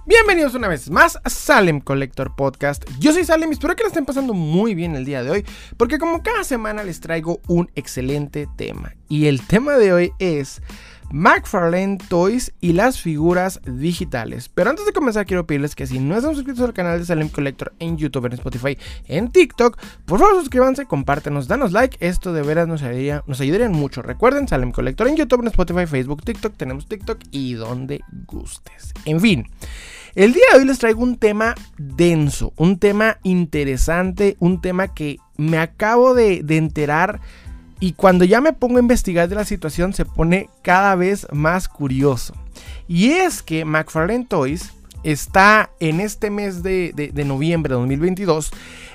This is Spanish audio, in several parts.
Bienvenidos una vez más a Salem Collector Podcast. Yo soy Salem y espero que la estén pasando muy bien el día de hoy, porque como cada semana les traigo un excelente tema. Y el tema de hoy es McFarlane Toys y las figuras digitales. Pero antes de comenzar quiero pedirles que si no están suscritos al canal de Salem Collector en YouTube, en Spotify, en TikTok, por favor suscríbanse, compártenos, danos like. Esto de veras nos ayudaría mucho. Recuerden, Salem Collector en YouTube, en Spotify, Facebook, TikTok. Tenemos TikTok y donde gustes. En fin, el día de hoy les traigo un tema denso, un tema interesante, un tema que me acabo de enterar. Y cuando ya me pongo a investigar de la situación se pone cada vez más curioso. Y es que McFarlane Toys está en este mes de noviembre de 2022.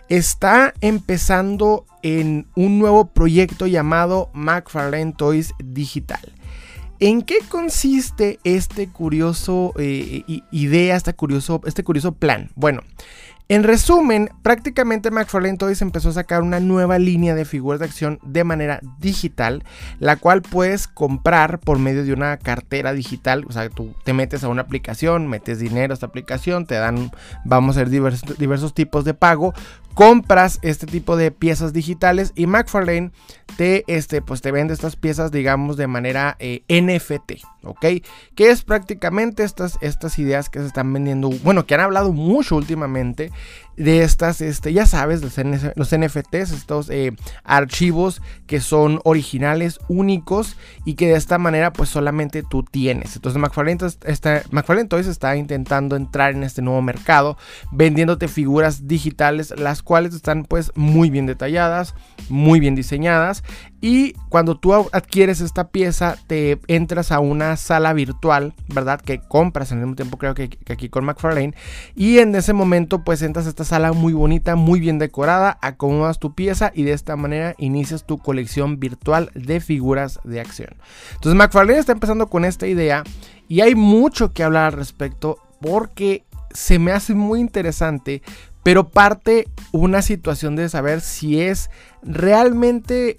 Está empezando en un nuevo proyecto llamado McFarlane Toys Digital. ¿En qué consiste este curioso idea, este curioso plan? Bueno, en resumen, prácticamente McFarlane Toys empezó a sacar una nueva línea de figuras de acción de manera digital, la cual puedes comprar por medio de una cartera digital. O sea, tú te metes a una aplicación, metes dinero a esta aplicación, te dan, vamos a ver, diversos tipos de pago. Compras este tipo de piezas digitales y McFarlane te vende estas piezas, digamos, de manera NFT, ¿ok? Que es prácticamente estas ideas que se están vendiendo, bueno, que han hablado mucho últimamente de estas, ya sabes, los NFTs, estos archivos que son originales, únicos y que de esta manera pues solamente tú tienes. Entonces McFarlane Toys está intentando entrar en este nuevo mercado vendiéndote figuras digitales, las cuales están pues muy bien detalladas, muy bien diseñadas, y cuando tú adquieres esta pieza te entras a una sala virtual, ¿verdad? Que compras al mismo tiempo, creo que aquí con McFarlane, y en ese momento pues entras a esta sala muy bonita, muy bien decorada, acomodas tu pieza y de esta manera inicias tu colección virtual de figuras de acción. Entonces McFarlane está empezando con esta idea y hay mucho que hablar al respecto porque se me hace muy interesante, pero parte una situación de saber si es realmente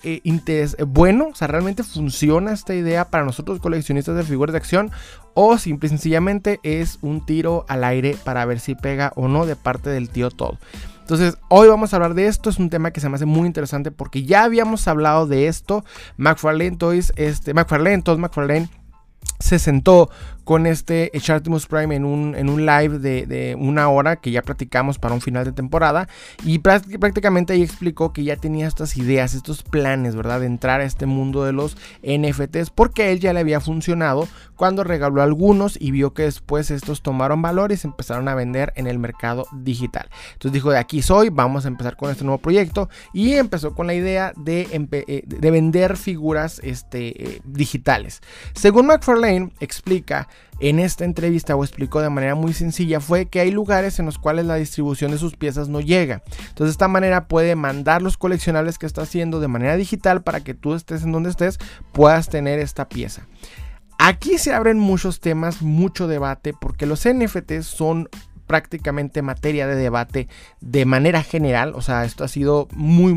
bueno, o sea, realmente funciona esta idea para nosotros coleccionistas de figuras de acción, o simple y sencillamente es un tiro al aire para ver si pega o no de parte del tío Todd. Entonces hoy vamos a hablar de esto. Es un tema que se me hace muy interesante porque ya habíamos hablado de esto. McFarlane Toys, McFarlane se sentó con Chartimus Prime en un live de una hora que ya platicamos para un final de temporada, y prácticamente ahí explicó que ya tenía estas ideas, estos planes, ¿verdad? De entrar a este mundo de los NFTs, porque a él ya le había funcionado cuando regaló algunos y vio que después estos tomaron valor y se empezaron a vender en el mercado digital. Entonces dijo, de aquí soy, vamos a empezar con este nuevo proyecto, y empezó con la idea de vender figuras digitales. Según McFarlane explica en esta entrevista, o explicó de manera muy sencilla, fue que hay lugares en los cuales la distribución de sus piezas no llega. Entonces de esta manera puede mandar los coleccionables que está haciendo de manera digital para que tú estés en donde estés, puedas tener esta pieza. Aquí se abren muchos temas, mucho debate, porque los NFTs son prácticamente materia de debate de manera general. O sea, esto ha sido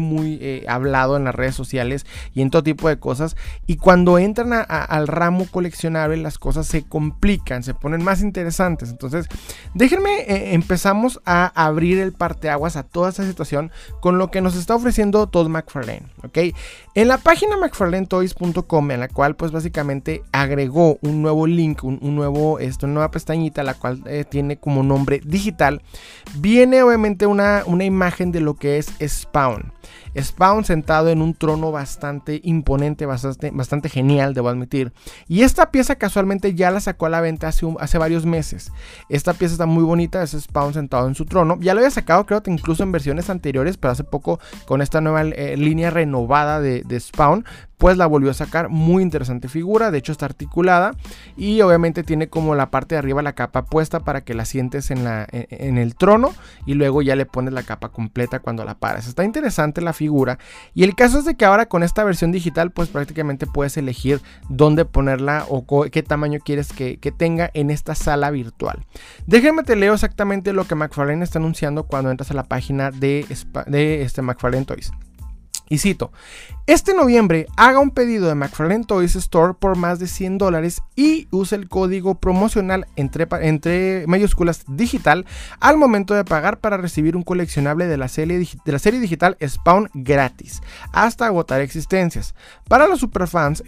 muy hablado en las redes sociales y en todo tipo de cosas, y cuando entran al ramo coleccionable las cosas se complican, se ponen más interesantes. Entonces déjenme empezamos a abrir el parteaguas a toda esta situación con lo que nos está ofreciendo Todd McFarlane, ¿ok? En la página McFarlaneToys.com, en la cual pues básicamente agregó un nuevo link, una nueva pestañita, la cual tiene como nombre digital, viene obviamente una imagen de lo que es Spawn. Spawn sentado en un trono bastante imponente, bastante genial, debo admitir. Y esta pieza casualmente ya la sacó a la venta hace varios meses. Esta pieza está muy bonita, es Spawn sentado en su trono. Ya lo había sacado, creo que incluso en versiones anteriores, pero hace poco con esta nueva línea renovada de Spawn, pues la volvió a sacar. Muy interesante figura, de hecho está articulada y obviamente tiene como la parte de arriba la capa puesta para que la sientes en el trono, y luego ya le pones la capa completa cuando la paras. Está interesante la figura, y el caso es de que ahora con esta versión digital pues prácticamente puedes elegir dónde ponerla o qué tamaño quieres que tenga en esta sala virtual. Déjenme te leo exactamente lo que McFarlane está anunciando cuando entras a la página de McFarlane Toys. Y cito: Este noviembre haga un pedido de McFarlane Toys Store por más de $100 y use el código promocional entre mayúsculas digital al momento de pagar para recibir un coleccionable de la serie digital Spawn gratis hasta agotar existencias. Para los superfans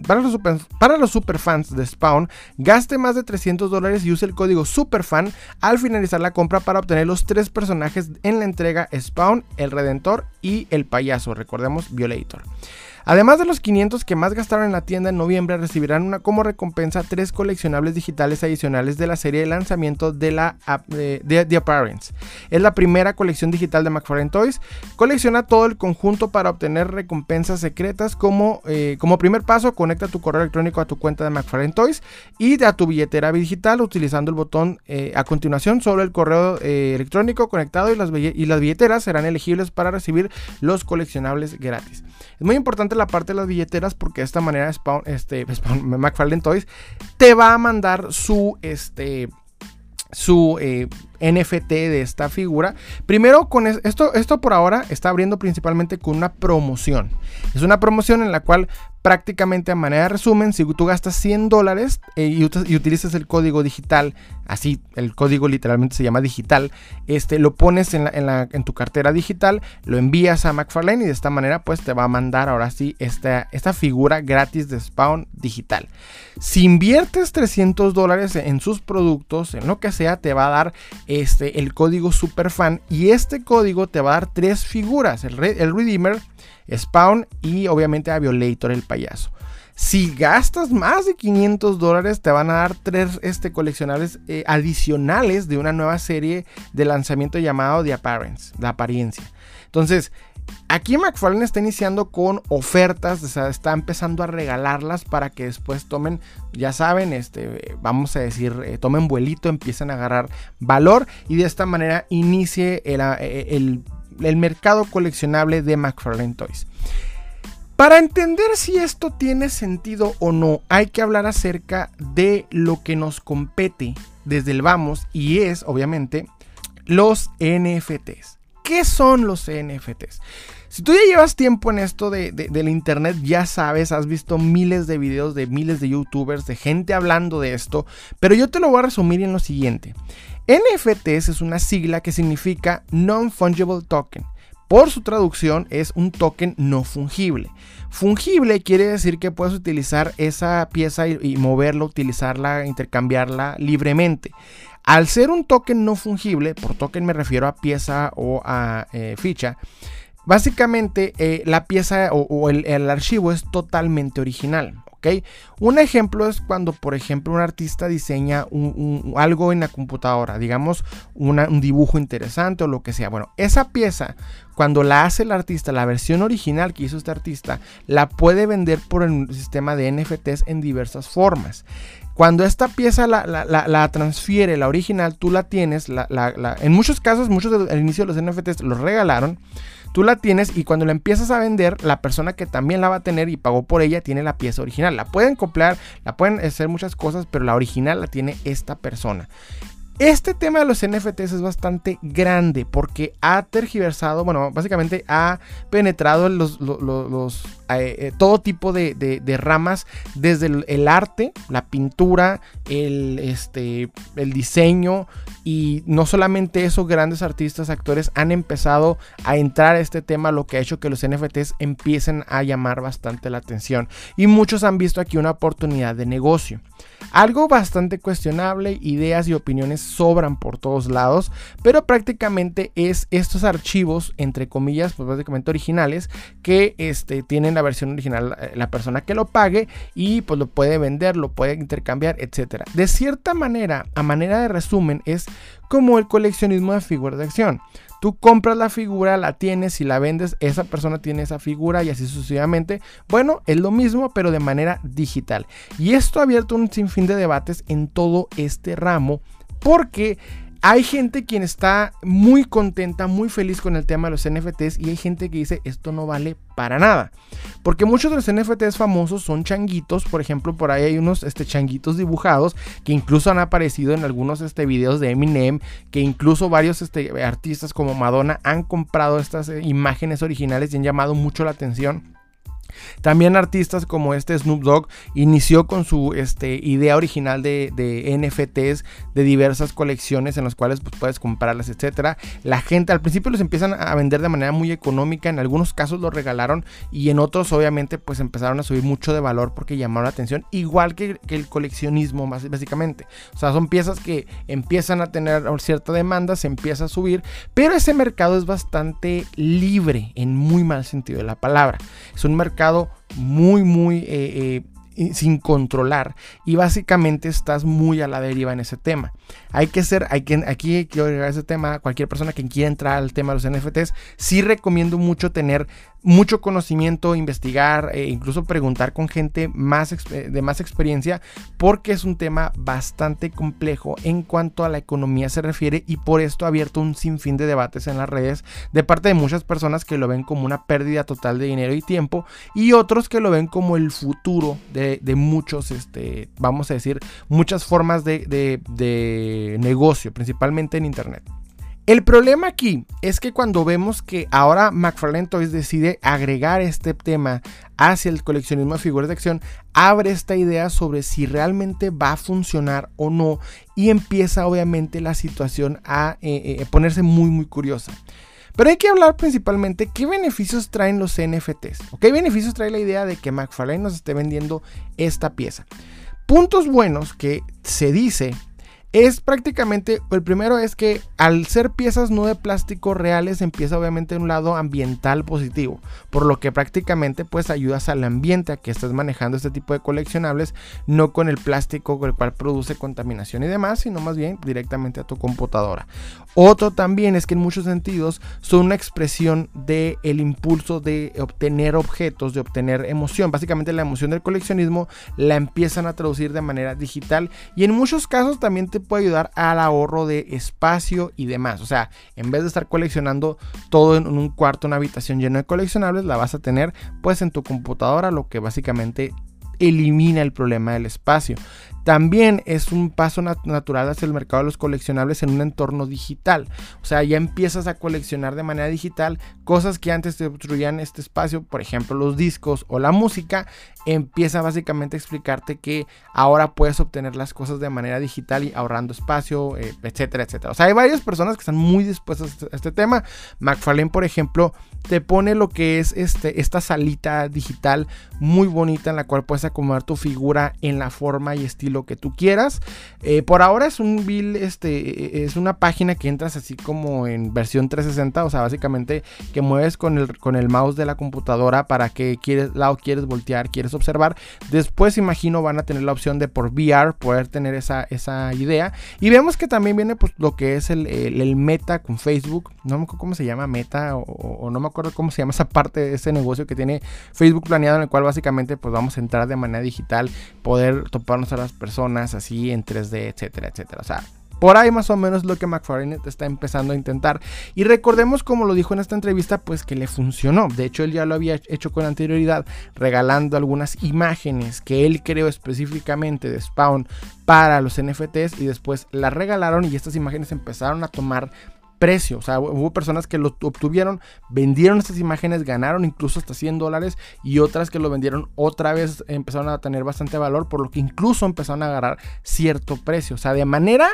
de Spawn, gaste más de $300 y use el código SUPERFAN al finalizar la compra para obtener los 3 personajes en la entrega Spawn, el Redentor y el payaso, recordemos Violator. Además de los 500 que más gastaron en la tienda en noviembre, recibirán como recompensa 3 coleccionables digitales adicionales de la serie de lanzamiento de The Appearance. Es la primera colección digital de McFarlane Toys. Colecciona todo el conjunto para obtener recompensas secretas. Como primer paso, conecta tu correo electrónico a tu cuenta de McFarlane Toys y a tu billetera digital utilizando el botón a continuación sobre el correo electrónico conectado, y las billeteras serán elegibles para recibir los coleccionables gratis. Es muy importante la parte de las billeteras porque de esta manera McFarlane Toys te va a mandar su NFT de esta figura. Primero con esto por ahora está abriendo principalmente con una promoción. Es una promoción en la cual prácticamente a manera de resumen, si tú gastas $100 y utilizas el código digital, así el código literalmente se llama digital, lo pones en tu cartera digital, lo envías a McFarlane y de esta manera pues te va a mandar ahora sí esta figura gratis de Spawn digital. Si inviertes $300 en sus productos, en lo que sea, te va a dar el código SUPERFAN, y este código te va a dar 3 figuras, el Redeemer, Spawn y obviamente a Violator, el payaso. Si gastas más de $500, te van a dar 3 coleccionables adicionales de una nueva serie de lanzamiento llamado The Appearance, la apariencia. Entonces, aquí McFarlane está iniciando con ofertas, o sea, está empezando a regalarlas para que después tomen, ya saben, vamos a decir, tomen vuelito, empiecen a agarrar valor y de esta manera inicie el mercado coleccionable de McFarlane Toys. Para entender si esto tiene sentido o no, hay que hablar acerca de lo que nos compete desde el vamos, y es obviamente los NFTs. ¿Qué son los NFTs? Si tú ya llevas tiempo en esto del internet, ya sabes, has visto miles de videos de miles de youtubers, de gente hablando de esto, pero yo te lo voy a resumir en lo siguiente. NFTs es una sigla que significa Non-Fungible Token. Por su traducción es un token no fungible. Fungible quiere decir que puedes utilizar esa pieza y moverla, utilizarla, intercambiarla libremente. Al ser un token no fungible, por token me refiero a pieza o a ficha, básicamente la pieza o el archivo es totalmente original. ¿Okay? Un ejemplo es cuando, por ejemplo, un artista diseña algo en la computadora, digamos un dibujo interesante o lo que sea. Bueno, esa pieza, cuando la hace el artista, la versión original que hizo este artista, la puede vender por el sistema de NFTs en diversas formas. Cuando esta pieza la transfiere, la original, tú la tienes, en muchos casos, al inicio de los NFTs los regalaron. Tú la tienes y cuando la empiezas a vender, la persona que también la va a tener y pagó por ella tiene la pieza original. La pueden copiar, la pueden hacer muchas cosas, pero la original la tiene esta persona. Este tema de los NFTs es bastante grande porque ha tergiversado, bueno, básicamente ha penetrado todo tipo de ramas, desde el arte, la pintura, el diseño, y no solamente eso, grandes artistas, actores han empezado a entrar a este tema, lo que ha hecho que los NFTs empiecen a llamar bastante la atención y muchos han visto aquí una oportunidad de negocio. Algo bastante cuestionable, ideas y opiniones sobran por todos lados, pero prácticamente es estos archivos, entre comillas, pues básicamente originales, que tienen la versión original la persona que lo pague y pues lo puede vender, lo puede intercambiar, etcétera. De cierta manera, a manera de resumen, es como el coleccionismo de figuras de acción. Tú compras la figura, la tienes y la vendes, esa persona tiene esa figura y así sucesivamente. Bueno, es lo mismo pero de manera digital. Y esto ha abierto un sinfín de debates en todo este ramo porque hay gente quien está muy contenta, muy feliz con el tema de los NFTs y hay gente que dice esto no vale para nada. Porque muchos de los NFTs famosos son changuitos, por ejemplo, por ahí hay unos changuitos dibujados que incluso han aparecido en algunos videos de Eminem, que incluso varios artistas como Madonna han comprado estas imágenes originales y han llamado mucho la atención. También artistas como Snoop Dogg inició con su idea original de NFTs de diversas colecciones en las cuales pues, puedes comprarlas, etcétera. La gente al principio los empiezan a vender de manera muy económica, en algunos casos los regalaron y en otros obviamente pues empezaron a subir mucho de valor porque llamaron la atención, igual que el coleccionismo básicamente. O sea, son piezas que empiezan a tener cierta demanda, se empieza a subir, pero ese mercado es bastante libre en muy mal sentido de la palabra. Es un mercado muy sin controlar y básicamente estás muy a la deriva en ese tema. Aquí quiero agregar ese tema. Cualquier persona que quiera entrar al tema de los NFTs, sí recomiendo mucho tener mucho conocimiento, investigar, incluso preguntar con gente de más experiencia, porque es un tema bastante complejo en cuanto a la economía se refiere, y por esto ha abierto un sinfín de debates en las redes de parte de muchas personas que lo ven como una pérdida total de dinero y tiempo, y otros que lo ven como el futuro de muchos, vamos a decir, muchas formas de negocio, principalmente en internet. El problema aquí es que cuando vemos que ahora McFarlane Toys decide agregar este tema hacia el coleccionismo de figuras de acción, abre esta idea sobre si realmente va a funcionar o no, y empieza obviamente la situación a ponerse muy curiosa. Pero hay que hablar principalmente qué beneficios traen los NFTs, o qué beneficios trae la idea de que McFarlane nos esté vendiendo esta pieza. Puntos buenos que se dice es prácticamente, el primero es que al ser piezas no de plástico reales, empieza obviamente un lado ambiental positivo, por lo que prácticamente pues ayudas al ambiente a que estés manejando este tipo de coleccionables, no con el plástico con el cual produce contaminación y demás, sino más bien directamente a tu computadora. Otro también es que en muchos sentidos son una expresión del impulso de obtener objetos, de obtener emoción. Básicamente la emoción del coleccionismo la empiezan a traducir de manera digital, y en muchos casos también te puede ayudar al ahorro de espacio y demás. O sea, en vez de estar coleccionando todo en un cuarto, una habitación llena de coleccionables, la vas a tener pues en tu computadora, lo que básicamente elimina el problema del espacio. También es un paso natural hacia el mercado de los coleccionables en un entorno digital. O sea, ya empiezas a coleccionar de manera digital cosas que antes te obstruían este espacio, por ejemplo los discos o la música. Empieza básicamente a explicarte que ahora puedes obtener las cosas de manera digital y ahorrando espacio, etcétera, etcétera. O sea, hay varias personas que están muy dispuestas a este tema. McFarlane, por ejemplo, te pone lo que es esta salita digital muy bonita en la cual puedes acomodar tu figura en la forma y estilo que tú quieras. Por ahora es es una página que entras así como en versión 360, o sea, básicamente que mueves con el mouse de la computadora para que lado quieres voltear, quieres observar. Después imagino van a tener la opción de por VR poder tener esa idea, y vemos que también viene pues lo que es el Meta con Facebook. No me acuerdo cómo se llama Meta, o no me acuerdo cómo se llama esa parte de ese negocio que tiene Facebook planeado, en el cual básicamente pues vamos a entrar de manera digital, poder toparnos a las personas así en 3D, etcétera, etcétera. O sea, por ahí más o menos lo que McFarlane está empezando a intentar. Y recordemos, como lo dijo en esta entrevista, pues que le funcionó. De hecho, él ya lo había hecho con anterioridad, regalando algunas imágenes que él creó específicamente de Spawn para los NFTs, y después las regalaron y estas imágenes empezaron a tomar precio. O sea, hubo personas que lo obtuvieron, vendieron estas imágenes, ganaron incluso hasta $100, y otras que lo vendieron otra vez empezaron a tener bastante valor, por lo que incluso empezaron a agarrar cierto precio. O sea, de manera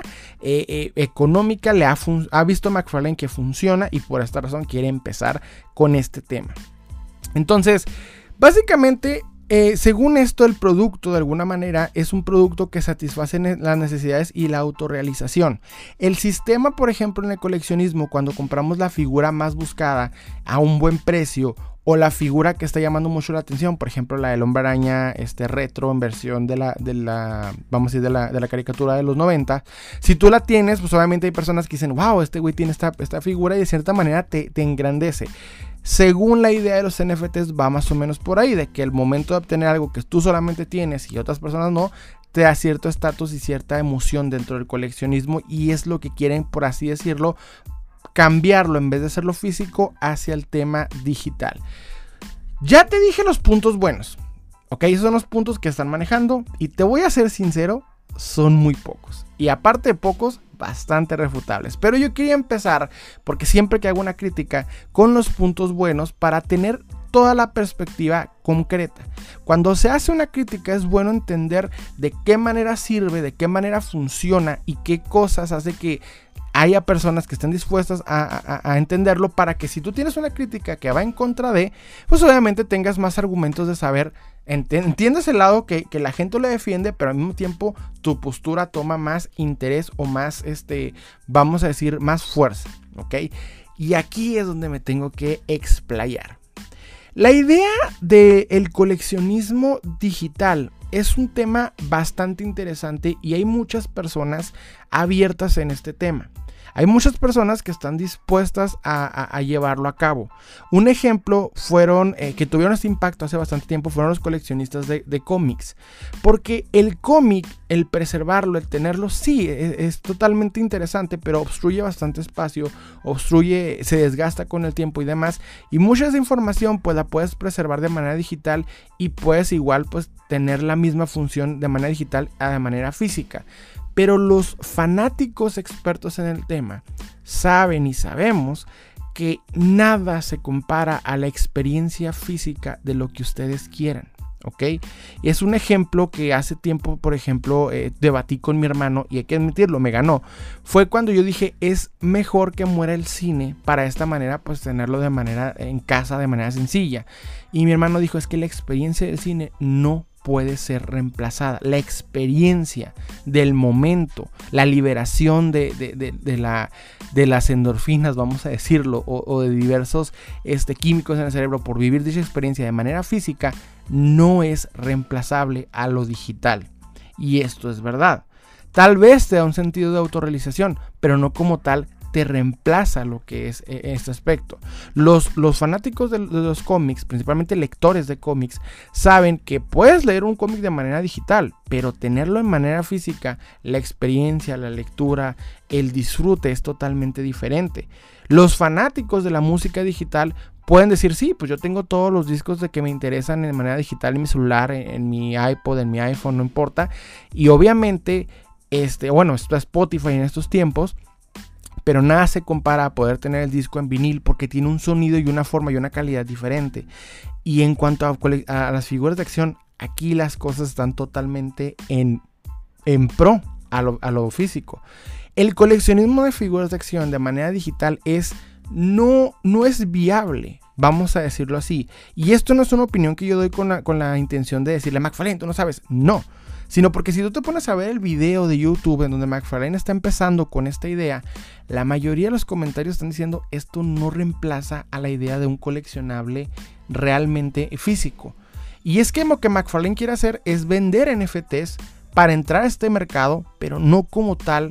económica ha visto McFarlane que funciona, y por esta razón quiere empezar con este tema. Entonces, básicamente, según esto, el producto de alguna manera es un producto que satisface las necesidades y la autorrealización. El sistema, por ejemplo, en el coleccionismo, cuando compramos la figura más buscada a un buen precio, o la figura que está llamando mucho la atención, por ejemplo la del Hombre Araña retro en versión de la vamos a decir de la caricatura de los 90, si tú la tienes, pues obviamente hay personas que dicen, wow, este güey tiene esta figura, y de cierta manera te engrandece. Según la idea de los NFTs va más o menos por ahí, de que el momento de obtener algo que tú solamente tienes y otras personas no, te da cierto estatus y cierta emoción dentro del coleccionismo, y es lo que quieren, por así decirlo, cambiarlo, en vez de hacerlo físico, hacia el tema digital. Ya te dije los puntos buenos, ok, esos son los puntos que están manejando, y te voy a ser sincero, son muy pocos, y aparte de pocos, bastante refutables. Pero yo quería empezar, porque siempre que hago una crítica, con los puntos buenos, para tener toda la perspectiva concreta. Cuando se hace una crítica es bueno entender de qué manera sirve, de qué manera funciona y qué cosas hace que haya personas que estén dispuestas a entenderlo, para que si tú tienes una crítica que va en contra de, pues obviamente tengas más argumentos de saber, entiendes el lado que la gente lo defiende, pero al mismo tiempo tu postura toma más interés o más, vamos a decir, más fuerza, ¿ok? Y aquí es donde me tengo que explayar. La idea del coleccionismo digital es un tema bastante interesante y hay muchas personas abiertas en este tema. Hay muchas personas que están dispuestas a llevarlo a cabo. Un ejemplo fueron, que tuvieron este impacto hace bastante tiempo, fueron los coleccionistas de cómics. Porque el cómic, el preservarlo, el tenerlo, sí, es totalmente interesante, pero obstruye bastante espacio, se desgasta con el tiempo y demás. Y mucha de esa información pues la puedes preservar de manera digital y puedes igual pues tener la misma función de manera digital a de manera física. Pero los fanáticos expertos en el tema saben y sabemos que nada se compara a la experiencia física de lo que ustedes quieran, ¿ok? Y es un ejemplo que hace tiempo, por ejemplo, debatí con mi hermano y hay que admitirlo, me ganó. Fue cuando yo dije, es mejor que muera el cine para de esta manera, pues tenerlo de manera en casa, de manera sencilla. Y mi hermano dijo, es que la experiencia del cine no puede ser reemplazada. La experiencia del momento, la liberación de las endorfinas, vamos a decirlo, o de diversos químicos en el cerebro por vivir dicha experiencia de manera física, no es reemplazable a lo digital. Y esto es verdad. Tal vez te da un sentido de autorrealización, pero no como tal te reemplaza lo que es este aspecto. Los fanáticos de los cómics, principalmente lectores de cómics, saben que puedes leer un cómic de manera digital, pero tenerlo en manera física, la experiencia, la lectura, el disfrute es totalmente diferente. Los fanáticos de la música digital pueden decir, sí, pues yo tengo todos los discos de que me interesan de manera digital en mi celular, en mi iPod, en mi iPhone, no importa. Y obviamente, está Spotify en estos tiempos, pero nada se compara a poder tener el disco en vinil porque tiene un sonido y una forma y una calidad diferente. Y en cuanto a las figuras de acción, aquí las cosas están totalmente en pro a lo físico. El coleccionismo de figuras de acción de manera digital no es viable, vamos a decirlo así. Y esto no es una opinión que yo doy con la intención de decirle, McFarlane, tú no sabes. No. Sino porque si tú te pones a ver el video de YouTube en donde McFarlane está empezando con esta idea, la mayoría de los comentarios están diciendo esto no reemplaza a la idea de un coleccionable realmente físico. Y es que lo que McFarlane quiere hacer es vender NFTs para entrar a este mercado, pero no como tal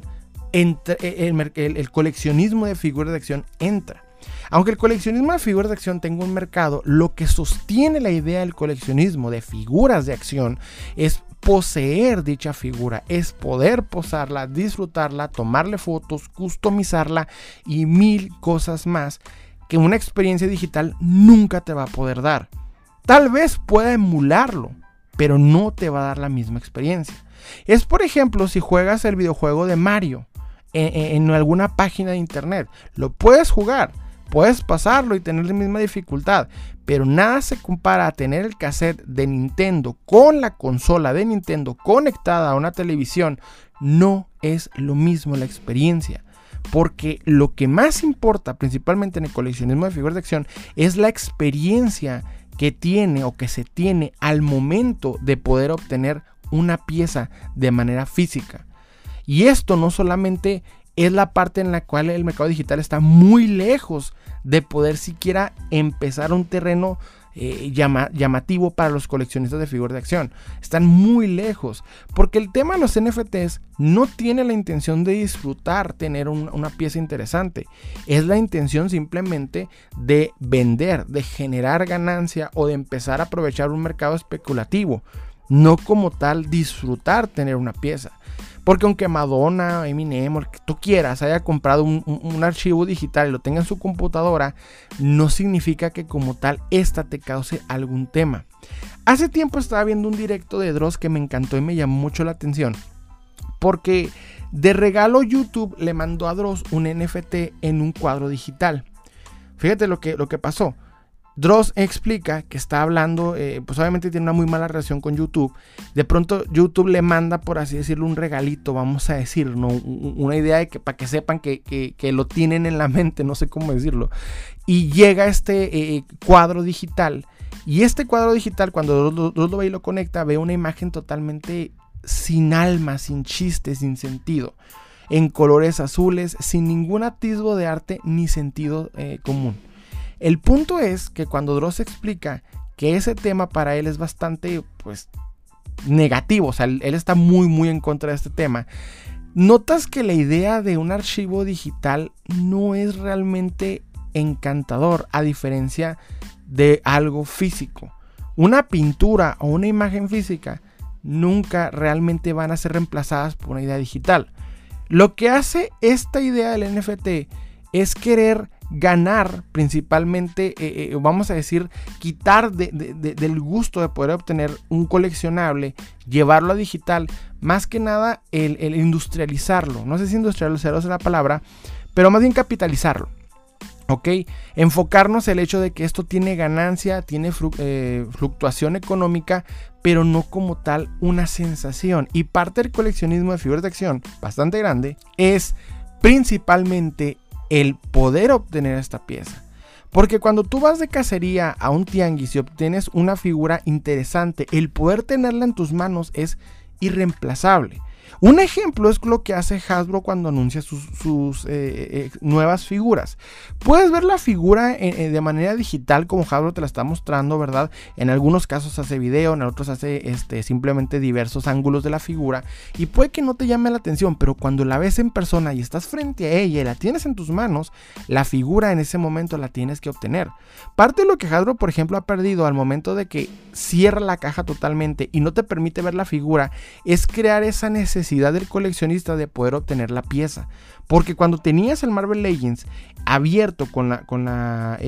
el coleccionismo de figuras de acción entra. Aunque el coleccionismo de figuras de acción tenga un mercado, lo que sostiene la idea del coleccionismo de figuras de acción es poseer dicha figura, es poder posarla, disfrutarla, tomarle fotos, customizarla y mil cosas más que una experiencia digital nunca te va a poder dar. Tal vez pueda emularlo, pero no te va a dar la misma experiencia. Es, por ejemplo, si juegas el videojuego de Mario en alguna página de internet, lo puedes jugar, puedes pasarlo y tener la misma dificultad, pero nada se compara a tener el cassette de Nintendo con la consola de Nintendo conectada a una televisión. No es lo mismo la experiencia, porque lo que más importa principalmente en el coleccionismo de figuras de acción es la experiencia que tiene o que se tiene al momento de poder obtener una pieza de manera física. Y esto no solamente es la parte en la cual el mercado digital está muy lejos de poder siquiera empezar un terreno llamativo para los coleccionistas de figuras de acción. Están muy lejos, porque el tema de los NFTs no tiene la intención de disfrutar tener una pieza interesante. Es la intención simplemente de vender, de generar ganancia o de empezar a aprovechar un mercado especulativo. No como tal disfrutar tener una pieza. Porque aunque Madonna, Eminem, o el que tú quieras, haya comprado un archivo digital y lo tenga en su computadora, no significa que como tal esta te cause algún tema. Hace tiempo estaba viendo un directo de Dross que me encantó y me llamó mucho la atención. Porque de regalo YouTube le mandó a Dross un NFT en un cuadro digital. Fíjate lo que pasó. Dross explica que está hablando, pues obviamente tiene una muy mala relación con YouTube. De pronto YouTube le manda, por así decirlo, un regalito, vamos a decir, ¿no? Una idea de que para que sepan que lo tienen en la mente, no sé cómo decirlo. Y llega este cuadro digital. Y este cuadro digital, cuando Dross lo ve y lo conecta, ve una imagen totalmente sin alma, sin chiste, sin sentido. En colores azules, sin ningún atisbo de arte ni sentido común. El punto es que cuando Dross explica que ese tema para él es bastante, pues, negativo, o sea, él está muy en contra de este tema, notas que la idea de un archivo digital no es realmente encantador, a diferencia de algo físico. Una pintura o una imagen física nunca realmente van a ser reemplazadas por una idea digital. Lo que hace esta idea del NFT es querer ganar principalmente, vamos a decir, quitar del gusto de poder obtener un coleccionable, llevarlo a digital, más que nada el industrializarlo. No sé si industrializarlo es la palabra, pero más bien capitalizarlo. ¿Ok? Enfocarnos en el hecho de que esto tiene ganancia, tiene fluctuación económica, pero no como tal una sensación. Y parte del coleccionismo de figuras de acción, bastante grande, es principalmente el poder obtener esta pieza. Porque cuando tú vas de cacería a un tianguis y obtienes una figura interesante, el poder tenerla en tus manos es irreemplazable. Un ejemplo es lo que hace Hasbro cuando anuncia sus nuevas figuras. Puedes ver la figura de manera digital como Hasbro te la está mostrando, ¿verdad? En algunos casos hace video, en otros hace simplemente diversos ángulos de la figura. Y puede que no te llame la atención, pero cuando la ves en persona y estás frente a ella y la tienes en tus manos, la figura en ese momento la tienes que obtener. Parte de lo que Hasbro, por ejemplo, ha perdido al momento de que cierra la caja totalmente y no te permite ver la figura, es crear esa necesidad del coleccionista de poder obtener la pieza. Porque cuando tenías el Marvel Legends abierto con la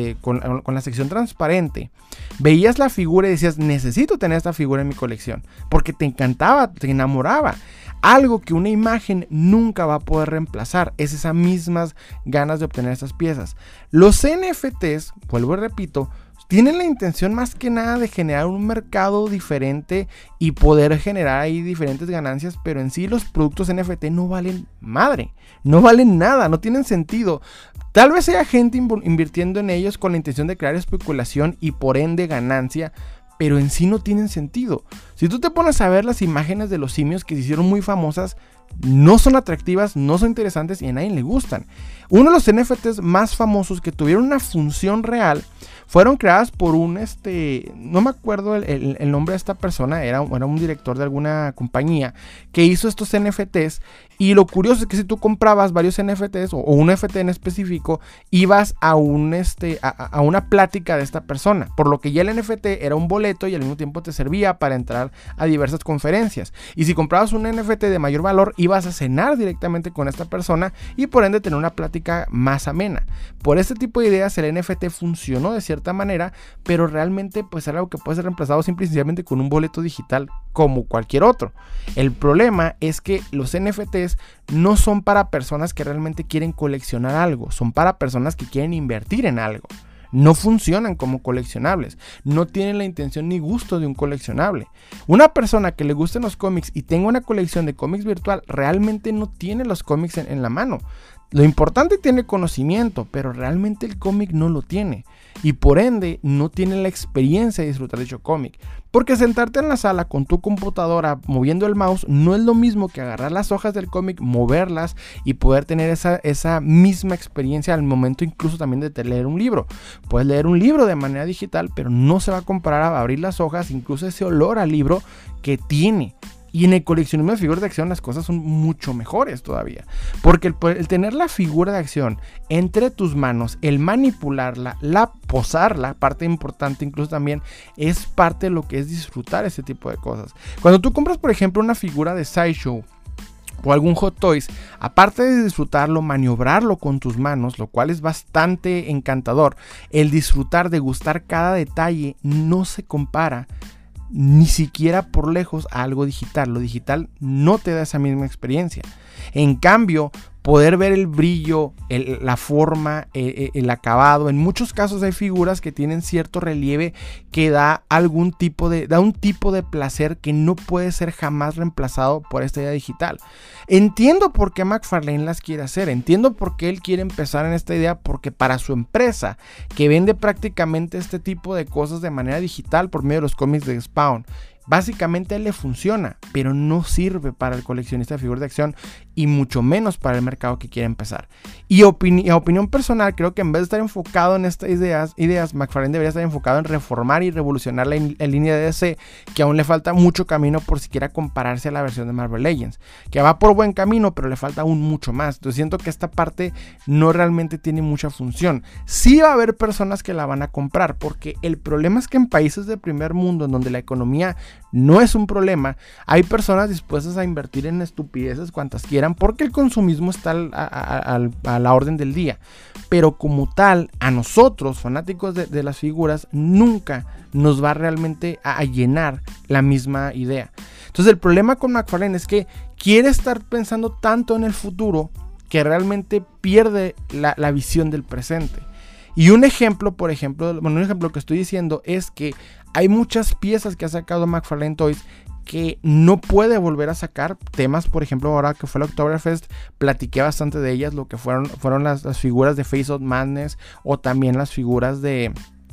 sección transparente, veías la figura y decías, necesito tener esta figura en mi colección, porque te encantaba, te enamoraba. Algo que una imagen nunca va a poder reemplazar es esas mismas ganas de obtener estas piezas. Los NFTs, vuelvo y repito, tienen la intención más que nada de generar un mercado diferente y poder generar ahí diferentes ganancias, pero en sí los productos NFT no valen madre, no valen nada, no tienen sentido. Tal vez haya gente invirtiendo en ellos con la intención de crear especulación y por ende ganancia, pero en sí no tienen sentido. Si tú te pones a ver las imágenes de los simios que se hicieron muy famosas, no son atractivas, no son interesantes y a nadie le gustan. Uno de los NFTs más famosos que tuvieron una función real fueron creadas por no me acuerdo el nombre de esta persona, era un director de alguna compañía que hizo estos NFTs. Y lo curioso es que si tú comprabas varios NFTs o un NFT en específico, ibas a una plática de esta persona, por lo que ya el NFT era un boleto y al mismo tiempo te servía para entrar a diversas conferencias. Y si comprabas un NFT de mayor valor, ibas a cenar directamente con esta persona y por ende tener una plática más amena. Por este tipo de ideas el NFT funcionó de cierta manera, pero realmente pues era algo que puede ser reemplazado simple y sencillamente con un boleto digital como cualquier otro. El problema es que los NFTs no son para personas que realmente quieren coleccionar algo, son para personas que quieren invertir en algo. No funcionan como coleccionables, no tienen la intención ni gusto de un coleccionable. Una persona que le gusten los cómics y tenga una colección de cómics virtual realmente no tiene los cómics en la mano. Lo importante tiene conocimiento, pero realmente el cómic no lo tiene. Y por ende no tiene la experiencia de disfrutar de dicho cómic. Porque sentarte en la sala con tu computadora moviendo el mouse no es lo mismo que agarrar las hojas del cómic, moverlas y poder tener esa misma experiencia al momento incluso también de leer un libro. Puedes leer un libro de manera digital, pero no se va a comparar a abrir las hojas, incluso ese olor al libro que tiene. Y en el coleccionismo de figuras de acción las cosas son mucho mejores todavía. Porque el tener la figura de acción entre tus manos, el manipularla, posarla, parte importante incluso también, es parte de lo que es disfrutar ese tipo de cosas. Cuando tú compras, por ejemplo, una figura de Sideshow o algún Hot Toys, aparte de disfrutarlo, maniobrarlo con tus manos, lo cual es bastante encantador, el disfrutar, degustar cada detalle no se compara ni siquiera por lejos a algo digital. Lo digital no te da esa misma experiencia. En cambio, poder ver el brillo, la forma, el acabado. En muchos casos hay figuras que tienen cierto relieve que da un tipo de placer que no puede ser jamás reemplazado por esta idea digital. Entiendo por qué McFarlane las quiere hacer, entiendo por qué él quiere empezar en esta idea, porque para su empresa, que vende prácticamente este tipo de cosas de manera digital por medio de los cómics de Spawn, básicamente le funciona, pero no sirve para el coleccionista de figuras de acción y mucho menos para el mercado que quiere empezar. Y a opinión personal, creo que en vez de estar enfocado en estas ideas, McFarlane debería estar enfocado en reformar y revolucionar la línea de DC, que aún le falta mucho camino por siquiera compararse a la versión de Marvel Legends, que va por buen camino, pero le falta aún mucho más. Entonces siento que esta parte no realmente tiene mucha función. Sí va a haber personas que la van a comprar, porque el problema es que en países de primer mundo, en donde la economía no es un problema, hay personas dispuestas a invertir en estupideces cuantas quieran, porque el consumismo está a la orden del día. Pero como tal, a nosotros, fanáticos de las figuras, nunca nos va realmente a llenar la misma idea. Entonces el problema con McFarlane es que quiere estar pensando tanto en el futuro que realmente pierde la visión del presente. Y un ejemplo que estoy diciendo es que hay muchas piezas que ha sacado McFarlane Toys que no puede volver a sacar. Temas, por ejemplo, ahora que fue el Oktoberfest, platiqué bastante de ellas, lo que fueron las figuras de Face of Madness, o también las figuras de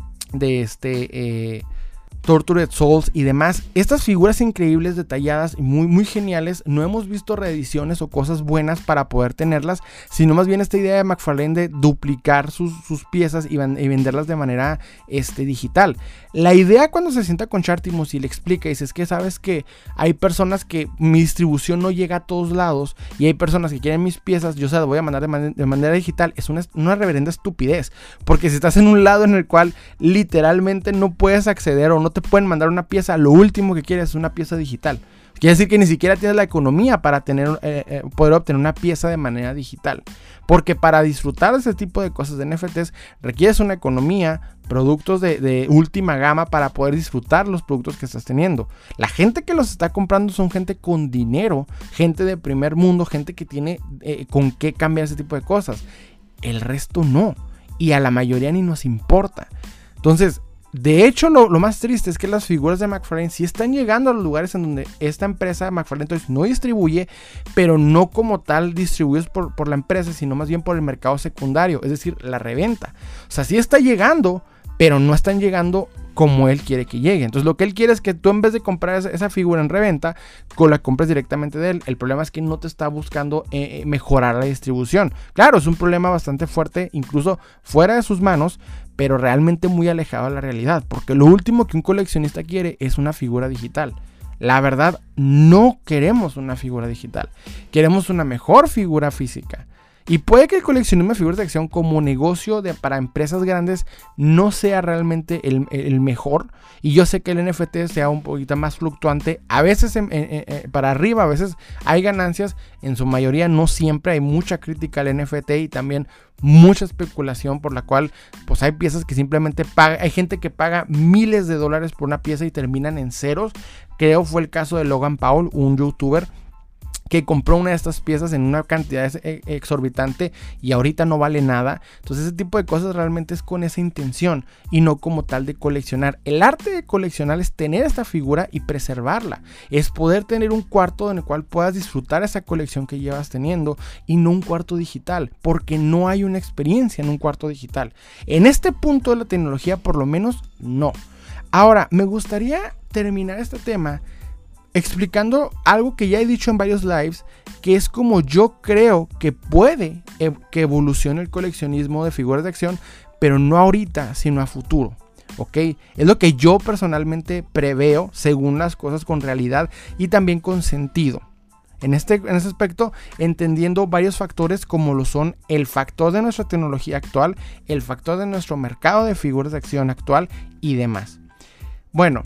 Tortured Souls y demás. Estas figuras increíbles, detalladas y muy, muy geniales, no hemos visto reediciones o cosas buenas para poder tenerlas, sino más bien esta idea de McFarlane de duplicar sus piezas y venderlas de manera digital. La idea, cuando se sienta con Chartimus y le explica, dice: es que sabes que hay personas que mi distribución no llega a todos lados, y hay personas que quieren mis piezas, yo se las voy a mandar de manera digital. Es una reverenda estupidez, porque si estás en un lado en el cual literalmente no puedes acceder o no te pueden mandar una pieza, lo último que quieres es una pieza digital. Quiere decir que ni siquiera tienes la economía para poder obtener una pieza de manera digital. Porque para disfrutar de ese tipo de cosas de NFTs requieres una economía, productos de última gama para poder disfrutar los productos que estás teniendo. La gente que los está comprando son gente con dinero, gente de primer mundo, gente que tiene con qué cambiar ese tipo de cosas. El resto no. Y a la mayoría ni nos importa. Entonces, de hecho, lo más triste es que las figuras de McFarlane sí están llegando a los lugares en donde esta empresa McFarlane Toys no distribuye, pero no como tal distribuidos por la empresa, sino más bien por el mercado secundario, es decir, la reventa. O sea, sí está llegando, pero no están llegando como él quiere que llegue. Entonces lo que él quiere es que tú, en vez de comprar esa figura en reventa, la compres directamente de él. El problema es que no te está buscando mejorar la distribución. Claro, es un problema bastante fuerte, incluso fuera de sus manos, pero realmente muy alejado de la realidad, porque lo último que un coleccionista quiere es una figura digital. La verdad, no queremos una figura digital, queremos una mejor figura física. Y puede que el coleccionismo de figuras de acción como negocio para empresas grandes no sea realmente el mejor. Y yo sé que el NFT sea un poquito más fluctuante. A veces para arriba, a veces hay ganancias. En su mayoría no siempre. Hay mucha crítica al NFT y también mucha especulación, por la cual pues hay piezas que simplemente hay gente que paga miles de dólares por una pieza y terminan en ceros. Creo fue el caso de Logan Paul, un youtuber que compró una de estas piezas en una cantidad exorbitante y ahorita no vale nada. Entonces ese tipo de cosas realmente es con esa intención y no como tal de coleccionar. El arte de coleccionar es tener esta figura y preservarla. Es poder tener un cuarto en el cual puedas disfrutar esa colección que llevas teniendo y no un cuarto digital, porque no hay una experiencia en un cuarto digital. En este punto de la tecnología, por lo menos, no. Ahora, me gustaría terminar este tema explicando algo que ya he dicho en varios lives, que es como yo creo que puede que evolucione el coleccionismo de figuras de acción, pero no ahorita, sino a futuro. ¿Ok? Es lo que yo personalmente preveo según las cosas con realidad y también con sentido. En ese aspecto, entendiendo varios factores como lo son el factor de nuestra tecnología actual, el factor de nuestro mercado de figuras de acción actual y demás. Bueno,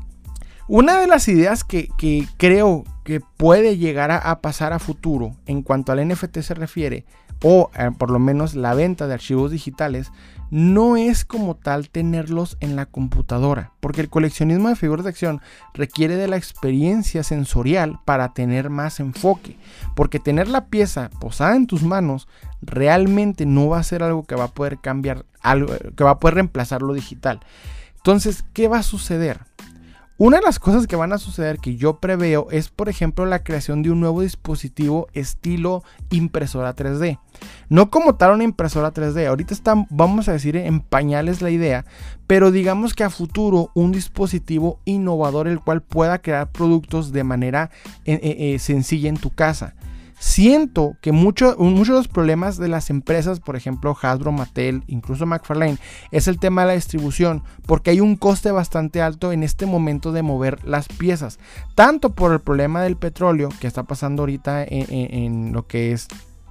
una de las ideas que creo que puede llegar a pasar a futuro en cuanto al NFT se refiere, o por lo menos la venta de archivos digitales, no es como tal tenerlos en la computadora, porque el coleccionismo de figuras de acción requiere de la experiencia sensorial para tener más enfoque, porque tener la pieza posada en tus manos realmente no va a ser algo que va a poder cambiar, algo que va a poder reemplazar lo digital. Entonces, ¿qué va a suceder? Una de las cosas que van a suceder que yo preveo es, por ejemplo, la creación de un nuevo dispositivo estilo impresora 3D. No como tal una impresora 3D, ahorita está, vamos a decir, en pañales la idea, pero digamos que a futuro un dispositivo innovador el cual pueda crear productos de manera sencilla en tu casa. Siento que muchos de los problemas de las empresas, por ejemplo Hasbro, Mattel, incluso McFarlane, es el tema de la distribución, porque hay un coste bastante alto en este momento de mover las piezas, tanto por el problema del petróleo que está pasando ahorita en lo que es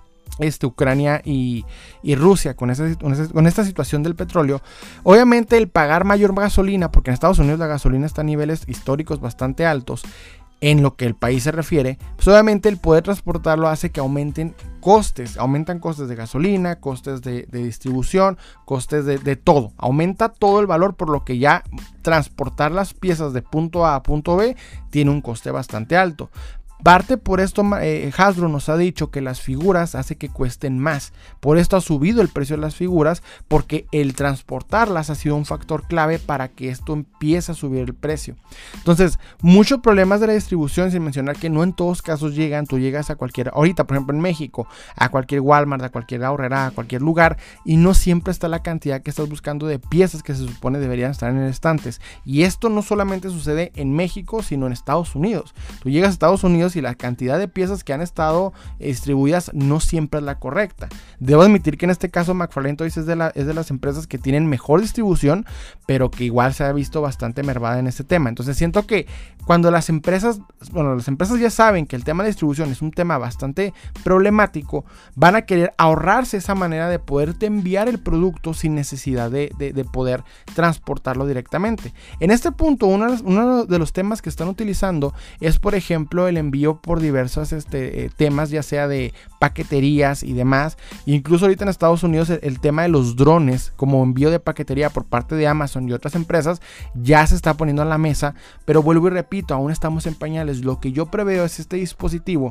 Ucrania y Rusia con esta situación del petróleo. Obviamente el pagar mayor gasolina, porque en Estados Unidos la gasolina está a niveles históricos bastante altos, en lo que el país se refiere, pues obviamente el poder transportarlo hace que aumentan costes de gasolina, costes de distribución, costes de todo, aumenta todo el valor, por lo que ya transportar las piezas de punto A a punto B tiene un coste bastante alto. Parte por esto, Hasbro nos ha dicho que las figuras hace que cuesten más. Por esto ha subido el precio de las figuras, porque el transportarlas ha sido un factor clave para que esto empiece a subir el precio. Entonces, muchos problemas de la distribución, sin mencionar que no en todos casos llegan. Tú llegas a cualquier, ahorita por ejemplo en México, a cualquier Walmart, a cualquier Aurrera, a cualquier lugar, y no siempre está la cantidad que estás buscando de piezas que se supone deberían estar en estantes. Y esto no solamente sucede en México, sino en Estados Unidos. Tú llegas a Estados Unidos y la cantidad de piezas que han estado distribuidas no siempre es la correcta. Debo admitir que en este caso McFarlane Toys es de las empresas que tienen mejor distribución, pero que igual se ha visto bastante mermada en este tema. Entonces siento que cuando las empresas ya saben que el tema de distribución es un tema bastante problemático, van a querer ahorrarse esa manera de poderte enviar el producto sin necesidad de poder transportarlo directamente. En este punto, uno de los temas que están utilizando es, por ejemplo, el envío por diversos temas, ya sea de paqueterías y demás. Incluso ahorita en Estados Unidos el tema de los drones como envío de paquetería por parte de Amazon y otras empresas ya se está poniendo a la mesa, pero vuelvo y repito, aún estamos en pañales. Lo que yo preveo es este dispositivo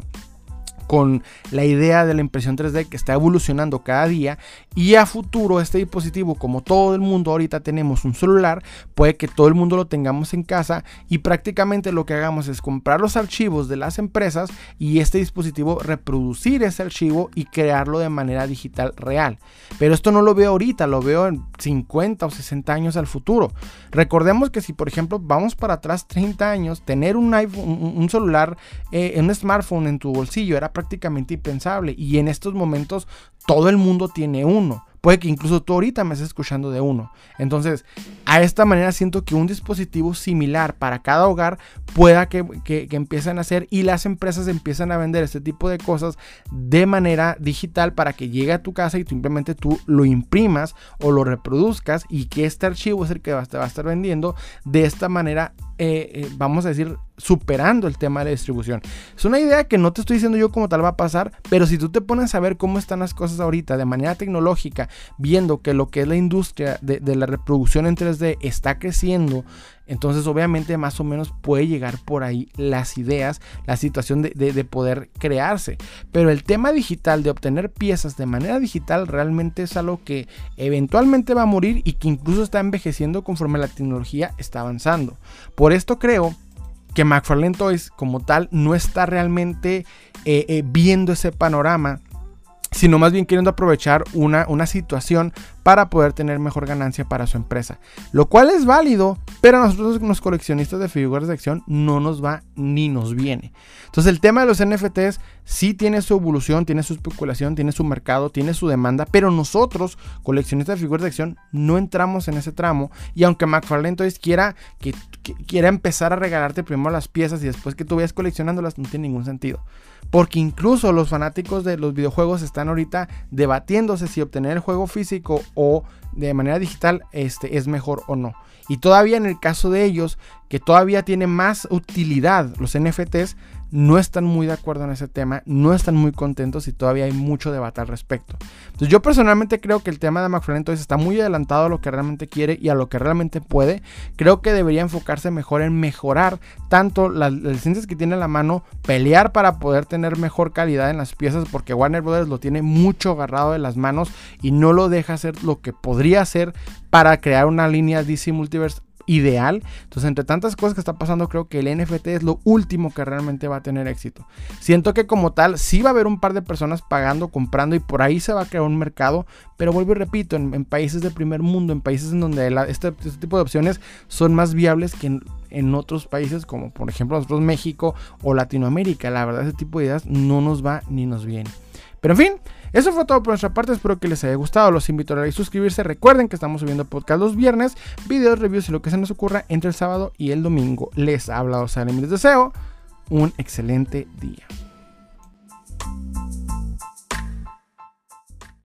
con la idea de la impresión 3D que está evolucionando cada día, y a futuro este dispositivo, como todo el mundo ahorita tenemos un celular, puede que todo el mundo lo tengamos en casa y prácticamente lo que hagamos es comprar los archivos de las empresas y este dispositivo reproducir ese archivo y crearlo de manera digital real. Pero esto no lo veo ahorita, lo veo en 50 o 60 años al futuro. Recordemos que si por ejemplo vamos para atrás 30 años, tener un iPhone, un celular, un smartphone en tu bolsillo era prácticamente impensable, y en estos momentos todo el mundo tiene uno. Puede que incluso tú ahorita me estés escuchando de uno. Entonces, a esta manera siento que un dispositivo similar para cada hogar pueda que empiecen a hacer, y las empresas empiezan a vender este tipo de cosas de manera digital para que llegue a tu casa y simplemente tú lo imprimas o lo reproduzcas, y que este archivo es el que te va a estar vendiendo de esta manera. Vamos a decir, superando el tema de la distribución. Es una idea que no te estoy diciendo yo como tal va a pasar, pero si tú te pones a ver cómo están las cosas ahorita de manera tecnológica, viendo que lo que es la industria de la reproducción en 3D está creciendo, entonces obviamente más o menos puede llegar por ahí las ideas, la situación de poder crearse. Pero el tema digital, de obtener piezas de manera digital, realmente es algo que eventualmente va a morir, y que incluso está envejeciendo conforme la tecnología está avanzando. Por esto creo que McFarlane Toys como tal no está realmente viendo ese panorama, sino más bien queriendo aprovechar una situación para poder tener mejor ganancia para su empresa, lo cual es válido, pero a nosotros los coleccionistas de figuras de acción no nos va ni nos viene. Entonces el tema de los NFTs sí tiene su evolución, tiene su especulación, tiene su mercado, tiene su demanda, pero nosotros, coleccionistas de figuras de acción, no entramos en ese tramo. Y aunque McFarlane Toys quiera empezar a regalarte primero las piezas y después que tú vayas coleccionándolas, no tiene ningún sentido, porque incluso los fanáticos de los videojuegos están ahorita debatiéndose si obtener el juego físico o de manera digital es mejor o no. Y todavía en el caso de ellos, que todavía tiene más utilidad los NFTs, no están muy de acuerdo en ese tema, no están muy contentos y todavía hay mucho debate al respecto. Entonces yo personalmente creo que el tema de McFarlane Toys está muy adelantado a lo que realmente quiere y a lo que realmente puede. Creo que debería enfocarse mejor en mejorar tanto las licencias que tiene a la mano, pelear para poder tener mejor calidad en las piezas, porque Warner Brothers lo tiene mucho agarrado de las manos y no lo deja hacer lo que podría hacer para crear una línea DC Multiverse ideal. Entonces, entre tantas cosas que está pasando, creo que el NFT es lo último que realmente va a tener éxito. Siento que como tal sí va a haber un par de personas pagando, comprando, y por ahí se va a crear un mercado, pero vuelvo y repito, en países de primer mundo, en países en donde este tipo de opciones son más viables que en otros países, como por ejemplo nosotros México o Latinoamérica. La verdad, ese tipo de ideas no nos va ni nos viene. Pero en fin, eso fue todo por nuestra parte. Espero que les haya gustado. Los invito a like y suscribirse. Recuerden que estamos subiendo podcast los viernes, videos, reviews y lo que se nos ocurra entre el sábado y el domingo. Les ha hablado Salem y les deseo un excelente día.